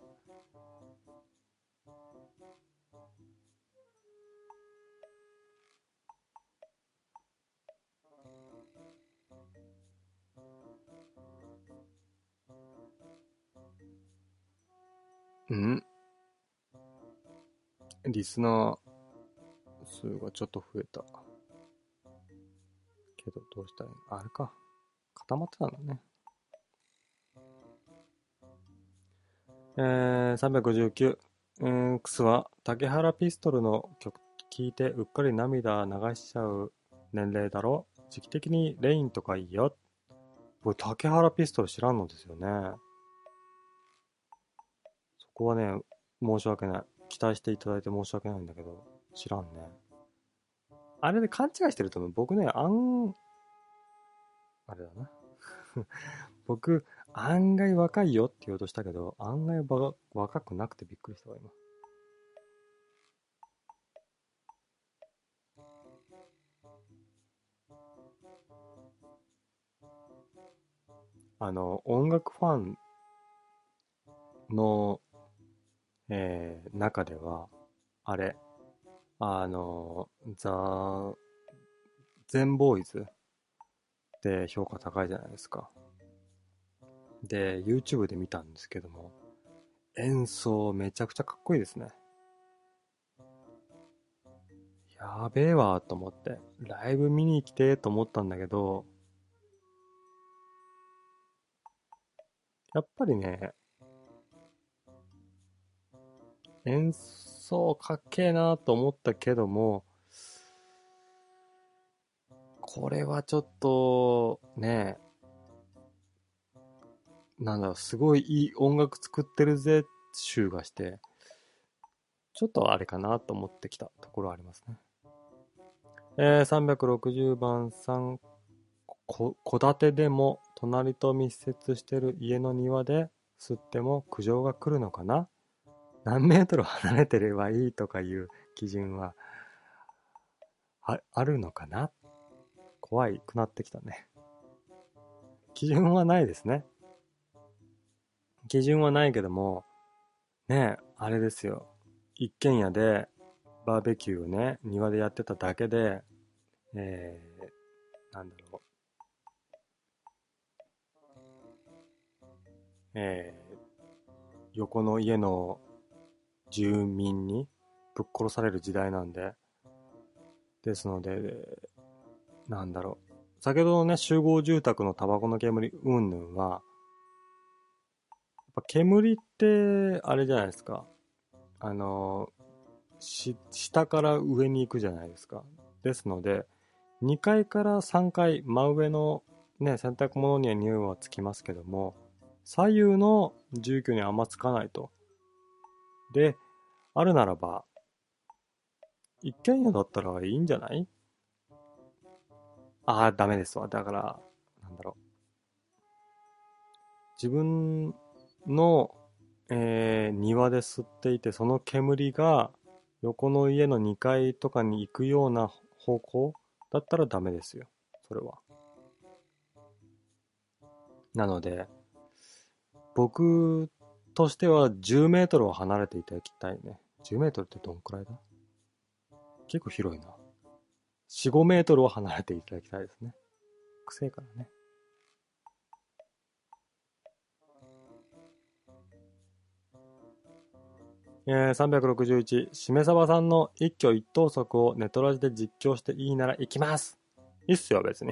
うんリスナー数がちょっと増えた。けど、どうしたらいいの？あれか。固まってたんだね。えー、さんびゃくごじゅうきゅう。うーん、クスは、竹原ピストルの曲聴いてうっかり涙流しちゃう年齢だろ？時期的にレインとかいいよ。僕、竹原ピストル知らんのですよね。そこはね、申し訳ない。期待していただいて申し訳ないんだけど、知らんね。 あれで勘違いしてると思う。僕ね、あん、あれだな。僕、案外若いよって言おうとしたけど、案外ば若くなくてびっくりしたわ、今。あの、音楽ファンの、えー中では、あれ、あの、ザ・ゼンボーイズって評価高いじゃないですか。で、YouTube で見たんですけども、演奏めちゃくちゃかっこいいですね。やべえわと思って、ライブ見に来てと思ったんだけど、やっぱりね、演奏かっけえなと思ったけども、これはちょっと、ね、なんだろう、すごいいい音楽作ってるぜ、集がして、ちょっとあれかなと思ってきたところありますね。えー、さんびゃくろくじゅうばんさん、こ戸建てでも隣と密接してる家の庭で吸っても苦情が来るのかな。何メートル離れてればいいとかいう基準はああるのかな。怖いくなってきたね。基準はないですね。基準はないけども、ねえ、あれですよ。一軒家でバーベキューをね、庭でやってただけで、えー、なんだろう、えー、横の家の住民にぶっ殺される時代なんで、ですので、なんだろう。先ほどのね、集合住宅のタバコの煙云々は、やっぱ煙って、あれじゃないですか。あの、し、下から上に行くじゃないですか。ですので、にかいからさんかい、真上のね、洗濯物には匂いはつきますけども、左右の住居にあんまつかないと。で、あるならば、一軒家だったらいいんじゃない？ああ、ダメですわ。だから、なんだろう。自分の、えー庭で吸っていて、その煙が横の家のにかいとかに行くような方向だったらダメですよ。それは。なので、僕としてはじゅうメートルは離れていただきたいね。じゅうメートルってどんくらいだ？結構広いな。よん、ごメートルは離れていただきたいですね。癖からね。えー、さんびゃくろくじゅういち、しめさばさんの一挙一投足をネトラジで実況していいなら行きます。いいっすよ、別に。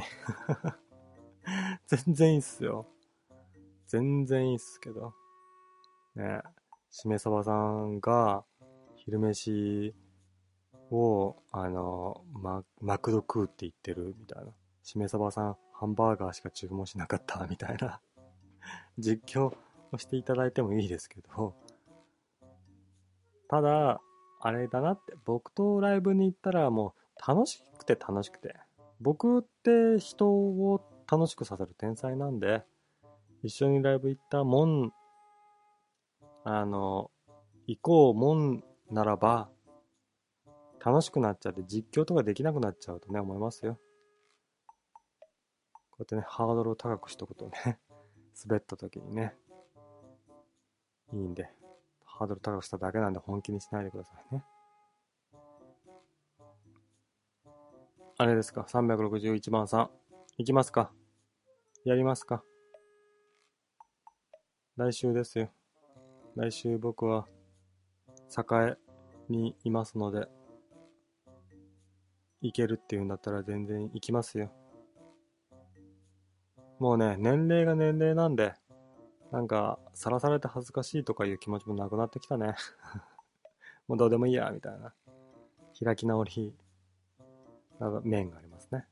全然いいっすよ。全然いいっすけど。ね、しめさばさんが昼飯を、あの、ま、マクド食うって言ってるみたいな。しめさばさん、ハンバーガーしか注文しなかったみたいな実況をしていただいてもいいですけど、ただ、あれだなって、僕とライブに行ったらもう楽しくて楽しくて。僕って人を楽しくさせる天才なんで、一緒にライブ行ったもん、あの、行こうもんならば、楽しくなっちゃって実況とかできなくなっちゃうとね、思いますよ。こうやってね、ハードルを高くしとくとね、滑った時にね、いいんで、ハードル高くしただけなんで本気にしないでくださいね。あれですか、さんびゃくろくじゅういちばんさん。行きますか？やりますか？来週ですよ。来週僕は栄にいますので、行けるっていうんだったら全然行きますよ。もうね、年齢が年齢なんで、なんか、さらされて恥ずかしいとかいう気持ちもなくなってきたね。もうどうでもいいや、みたいな。開き直り、なんか面がありますね。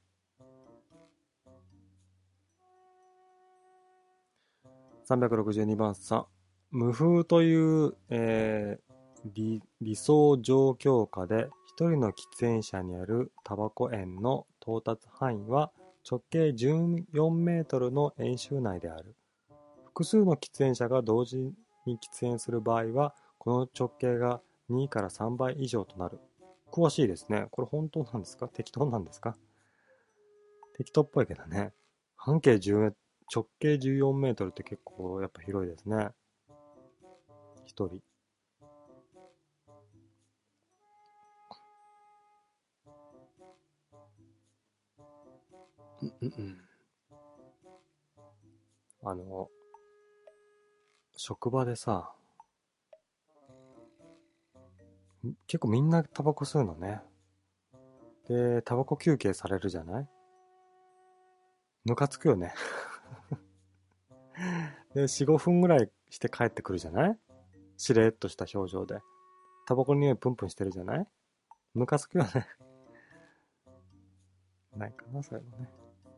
さんびゃくろくじゅうにばんさん。無風という、えー理、理想状況下で一人の喫煙者にあるタバコ園の到達範囲は直径じゅうよんメートルの円周内である。複数の喫煙者が同時に喫煙する場合は、この直径がにからさんばい以上となる。詳しいですね。これ本当なんですか？適当なんですか？適当っぽいけどね。半径じゅうメートル、直径じゅうよんメートルって結構やっぱ広いですね。一人。うんうんうん。あの、職場でさ、結構みんなタバコ吸うのね。で、タバコ休憩されるじゃない？ムカつくよね。で、よん、ごふんぐらいして帰ってくるじゃない？しれっとした表情で。タバコの匂いプンプンしてるじゃない？ムカつくよね。ないかな、そういうのね。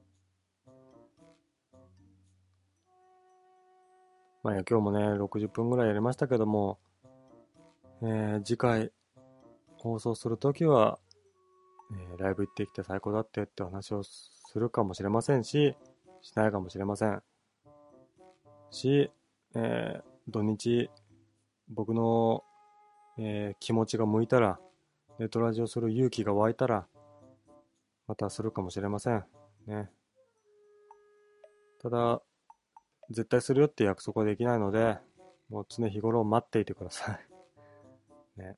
まあ、今日もね、ろくじゅっぷんぐらいやりましたけども、えー次回放送するときは、えーライブ行ってきて最高だってって話をするかもしれませんし、しないかもしれませんし、えー土日、僕の、えー気持ちが向いたら、ネットラジオする勇気が湧いたら、またするかもしれません。ね。ただ、絶対するよって約束はできないので、もう常日頃待っていてください。ね。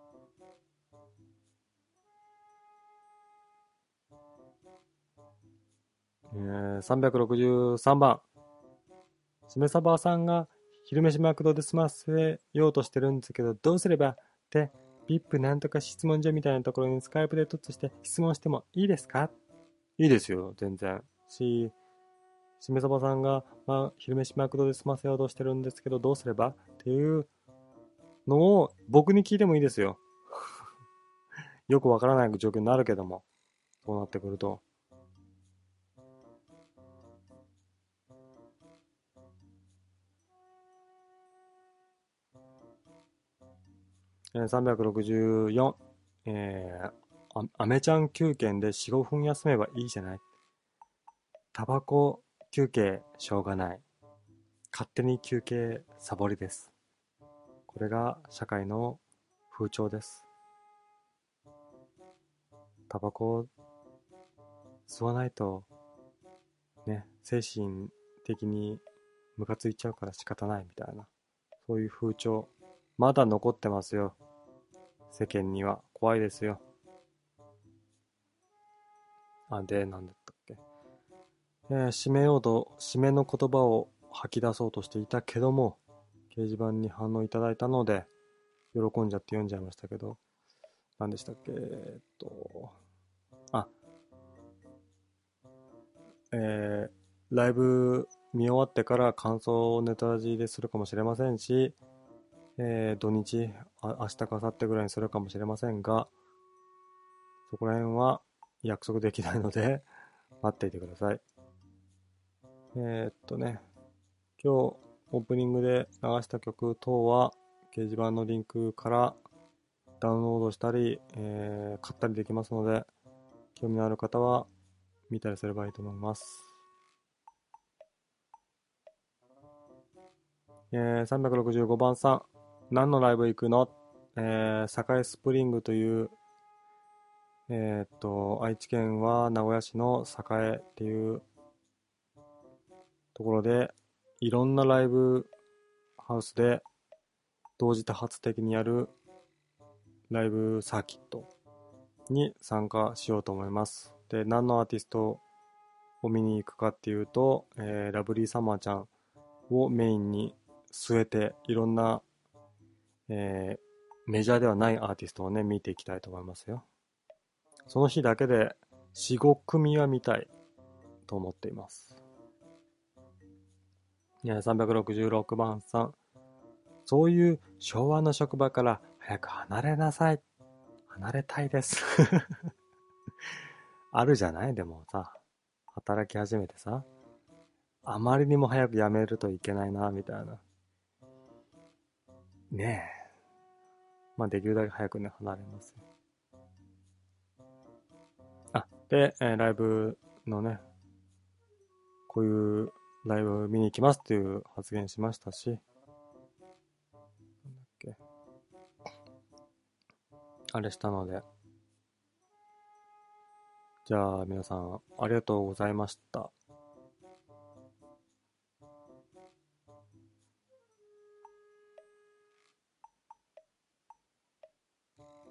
えー、さんびゃくろくじゅうさんばん。しめさばさんが昼飯マクドで済ませようとしてるんですけど、どうすればって、ブイアイピー なんとか質問所みたいなところにスカイプで突して質問してもいいですか？いいですよ、全然。し、しめさばさんが、まあ、昼飯マクドで済ませようとしてるんですけど、どうすればっていうのを僕に聞いてもいいですよ。よくわからない状況になるけども、そうなってくると。えー、さんびゃくろくじゅうよん、えー、あ、アメちゃん休憩でよん、ごふん休めばいいじゃない。タバコ休憩しょうがない。勝手に休憩サボりです。これが社会の風潮です。タバコ吸わないとね、精神的にムカついちゃうから仕方ないみたいな、そういう風潮まだ残ってますよ。世間には怖いですよ。あ、で、なんだったっけ。えー締めようと、締めの言葉を吐き出そうとしていたけども、掲示板に反応いただいたので、喜んじゃって読んじゃいましたけど、何でしたっけ、えーっと、あ、えーライブ見終わってから感想をネタラジでするかもしれませんし、えー土日、あ明日か明後日ぐらいにするかもしれませんが、そこら辺は約束できないので待っていてください。えーっとね、今日オープニングで流した曲等は掲示板のリンクからダウンロードしたり、えー買ったりできますので、興味のある方は見たりすればいいと思います。えー、さんびゃくろくじゅうごばんさん、何のライブ行くの？えー、栄スプリングという、えーっと、愛知県は名古屋市の栄っていうところで、いろんなライブハウスで同時多発的にやるライブサーキットに参加しようと思います。で、何のアーティストを見に行くかっていうと、えーラブリーサマーちゃんをメインに据えて、いろんな、えーメジャーではないアーティストをね、見ていきたいと思いますよ。その日だけでよん、ごくみは見たいと思っています。さんびゃくろくじゅうろくばんさん、そういう昭和の職場から早く離れなさい。離れたいです。あるじゃない？でもさ、働き始めてさ、あまりにも早く辞めるといけないな、みたいな。ねえ。まあ、できるだけ早くね、離れますよ。 で、えーライブのね、こういうライブ見に行きますっていう発言しましたし、なんだっけ、あれしたので、じゃあ皆さんありがとうございました。